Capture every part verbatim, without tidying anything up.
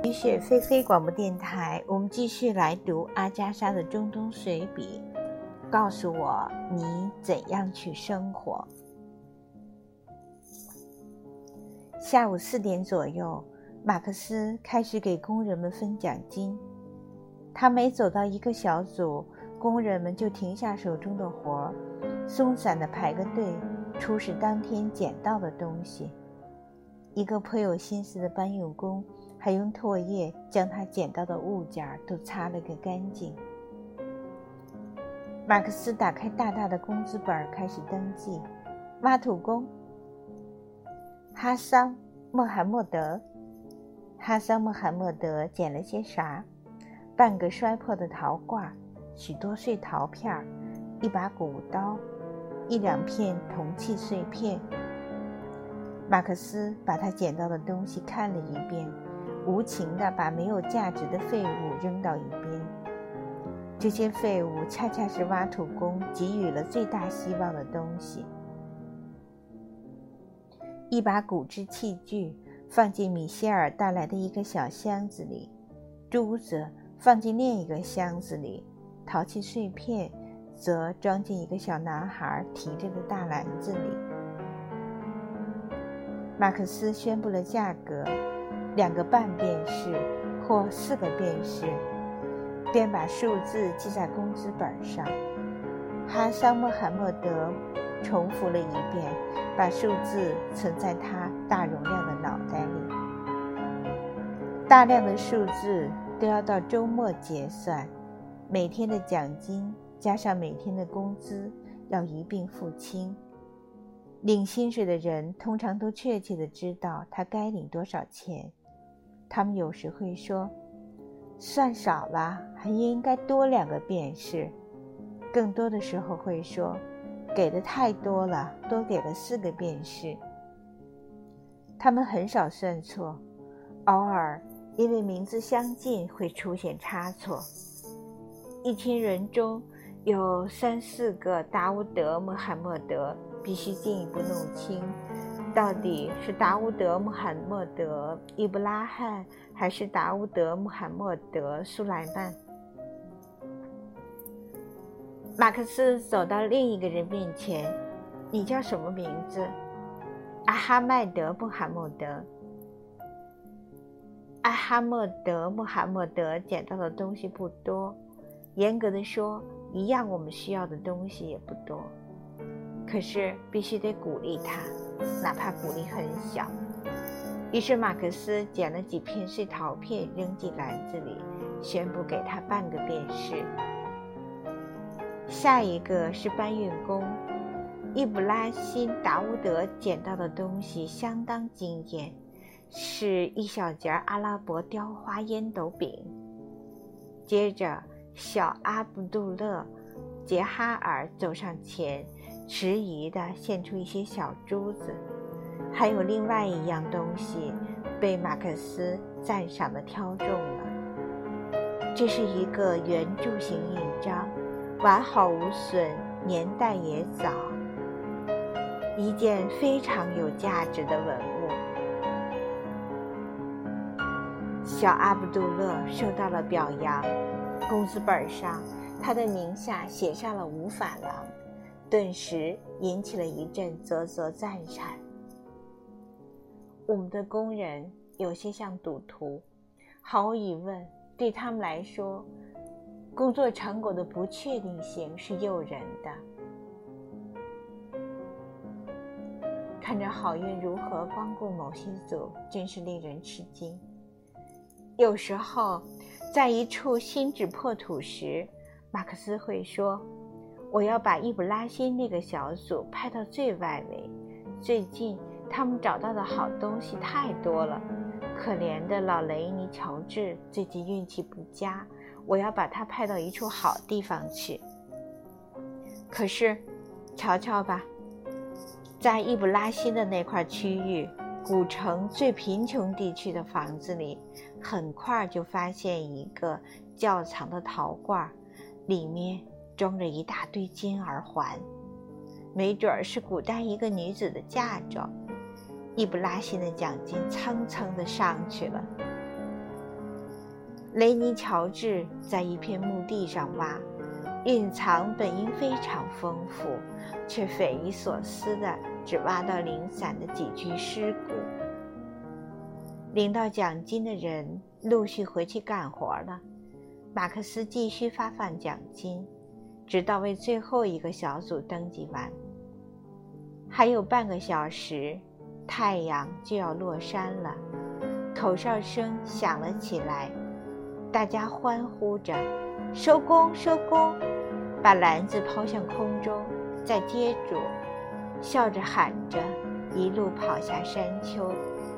雨雪霏霏广播电台，我们继续来读阿加莎的中东随笔。告诉我你怎样去生活。下午四点左右，马克思开始给工人们分奖金。他每走到一个小组，工人们就停下手中的活，松散地排个队，出示当天捡到的东西。一个颇有心思的搬运工还用唾液将他捡到的物件都擦了个干净。马克思打开大大的工资本，开始登记。挖土工哈桑·穆罕默德。哈桑·穆罕默德捡了些啥？半个摔破的陶罐，许多碎陶片，一把骨刀，一两片铜器碎片。马克思把他捡到的东西看了一遍，无情地把没有价值的废物扔到一边。这些废物恰恰是挖土工给予了最大希望的东西。一把骨制器具放进米歇尔带来的一个小箱子里，珠子放进另一个箱子里，陶器碎片则装进一个小男孩提着的大篮子里。马克思宣布了价格，两个半便士或四个便士，便把数字记在工资本上。哈桑·穆罕默德重复了一遍，把数字存在他大容量的脑袋里。大量的数字都要到周末结算，每天的奖金加上每天的工资要一并付清。领薪水的人通常都确切地知道他该领多少钱。他们有时会说，算少了，还应该多两个便士。更多的时候会说，给的太多了，多给了四个便士。他们很少算错，偶尔因为名字相近会出现差错。一群人中有三四个达乌德·穆罕默德，必须进一步弄清到底是达乌德·穆罕默德·伊布拉罕还是达乌德·穆罕默德·苏莱曼。马克思走到另一个人面前，你叫什么名字？阿哈迈德·穆罕默德。阿哈默德·穆罕默德捡到的东西不多，严格的说，一样我们需要的东西也不多。可是必须得鼓励他，哪怕鼓励很小。于是马克思捡了几片碎陶片扔进篮子里，宣布给他半个便士。下一个是搬运工。伊布拉辛·达乌德捡到的东西相当惊艳，是一小截阿拉伯雕花烟斗饼。接着小阿卜杜勒·杰哈尔走上前，迟疑地献出一些小珠子。还有另外一样东西被马克思赞赏地挑中了，这是一个圆柱形印章，完好无损，年代也早，一件非常有价值的文物。小阿卜杜勒受到了表扬，工资本上他的名下写上了五法郎，顿时引起了一阵啧啧赞叹。我们的工人有些像赌徒，毫无疑问，对他们来说，工作成果的不确定性是诱人的。看着好运如何光顾某些组，真是令人吃惊。有时候在一处新址破土时，马克思会说，我要把伊布拉辛那个小组派到最外围，最近他们找到的好东西太多了。可怜的老雷尼乔治最近运气不佳，我要把他派到一处好地方去。可是瞧瞧吧，在伊布拉辛的那块区域，古城最贫穷地区的房子里，很快就发现一个窖藏的陶罐，里面装着一大堆金耳环，没准是古代一个女子的嫁妆。伊布拉辛的奖金蹭蹭地上去了。 雷尼乔治在一片墓地上挖，蕴藏本应非常丰富却匪夷所思的只挖到零散的几具尸骨。领到奖金的人陆续回去干活了，马克思继续发放奖金，直到为最后一个小组登记完。还有半个小时，太阳就要落山了，口哨声响了起来，大家欢呼着收工收工，把篮子抛向空中，再接住，笑着喊着一路跑下山丘。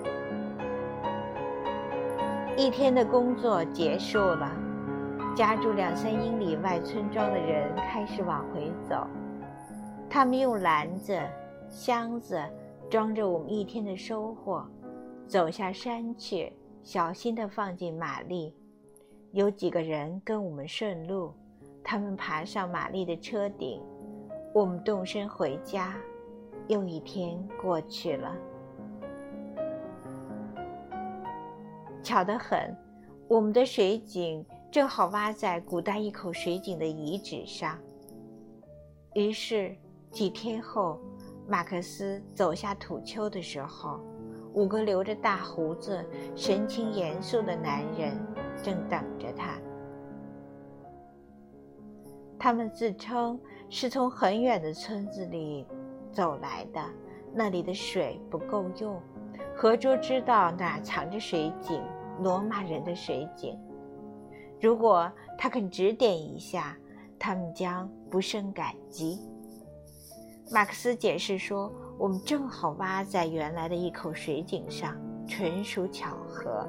一天的工作结束了，家住两三英里外村庄的人开始往回走，他们用篮子箱子装着我们一天的收获，走下山去，小心地放进马力。有几个人跟我们顺路，他们爬上马力的车顶，我们动身回家。又一天过去了。巧得很，我们的水井正好挖在古代一口水井的遗址上。于是几天后，马克思走下土丘的时候，五个留着大胡子神情严肃的男人正等着他。他们自称是从很远的村子里走来的，那里的水不够用，何卓知道哪藏着水井，罗马人的水井。如果他肯指点一下，他们将不胜感激。马克思解释说，我们正好挖在原来的一口水井上，纯属巧合。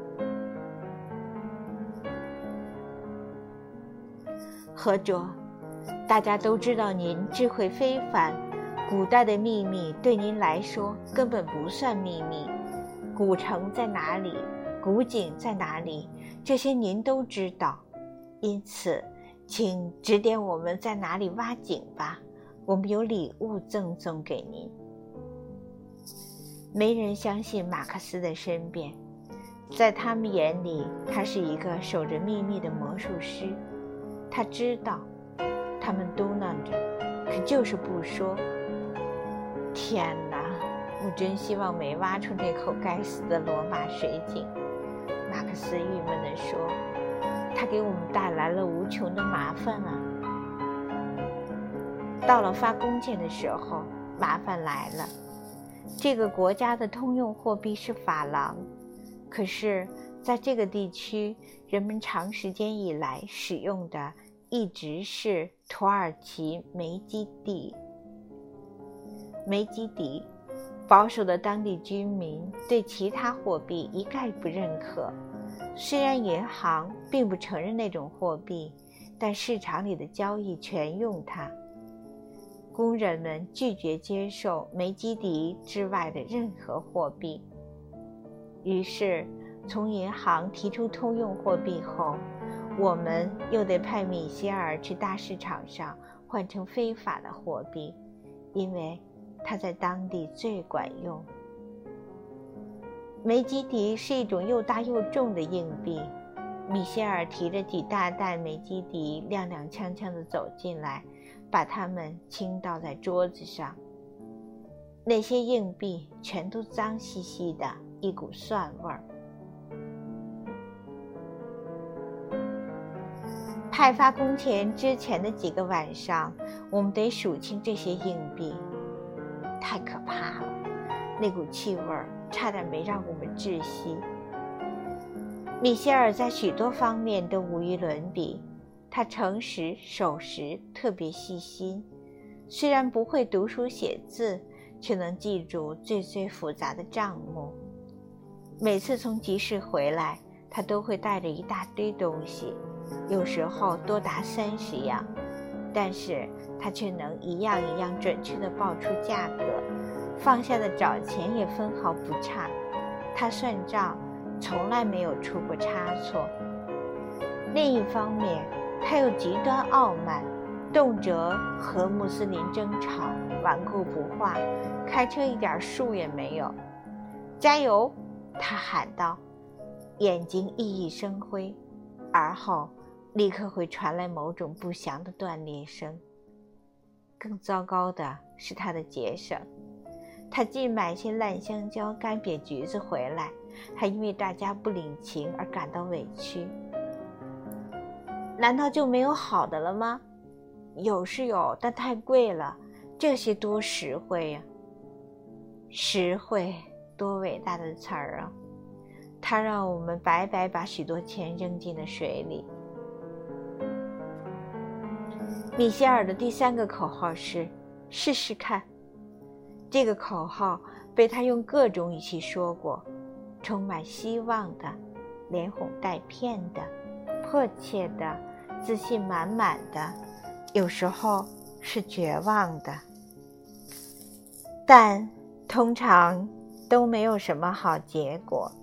何卓，大家都知道您智慧非凡，古代的秘密对您来说根本不算秘密。古城在哪里，古井在哪里，这些您都知道，因此请指点我们在哪里挖井吧，我们有礼物赠送给您。没人相信马克思的申辩，在他们眼里，他是一个守着秘密的魔术师。他知道，他们嘟囔着，可就是不说。天哪，我真希望没挖出这口该死的罗马水井。马克思郁闷地说，他给我们带来了无穷的麻烦啊。到了发工钱的时候，麻烦来了。这个国家的通用货币是法郎，可是在这个地区，人们长时间以来使用的一直是土耳其梅基底。梅基底，保守的当地居民对其他货币一概不认可。虽然银行并不承认那种货币，但市场里的交易全用它。工人们拒绝接受梅基底之外的任何货币。于是从银行提出通用货币后，我们又得派米歇尔去大市场上换成非法的货币，因为它在当地最管用。梅基底是一种又大又重的硬币。米歇尔提着几大袋梅基底踉踉跄跄地走进来，把它们倾倒在桌子上。那些硬币全都脏兮兮的，一股蒜味儿。派发工钱之前的几个晚上，我们得数清这些硬币。太可怕了，那股气味差点没让我们窒息。米歇尔在许多方面都无与伦比，他诚实守时，特别细心。虽然不会读书写字，却能记住最最复杂的账目。每次从集市回来，他都会带着一大堆东西，有时候多达三十样，但是他却能一样一样准确地报出价格，放下的找钱也分毫不差。他算账从来没有出过差错。另一方面，他又极端傲慢，动辄和穆斯林争吵，顽固不化，开车一点数也没有。加油！他喊道，眼睛熠熠生辉。 而后立刻会传来某种不祥的断裂声。更糟糕的是他的节省，他既买些烂香蕉、干瘪橘子回来，还因为大家不领情而感到委屈。难道就没有好的了吗？有是有，但太贵了，这些多实惠呀！实惠，多伟大的词儿啊！它让我们白白把许多钱扔进了水里。米歇尔的第三个口号是试试看。这个口号被他用各种语气说过，充满希望的，连哄带骗的，迫切的，自信满满的，有时候是绝望的，但通常都没有什么好结果。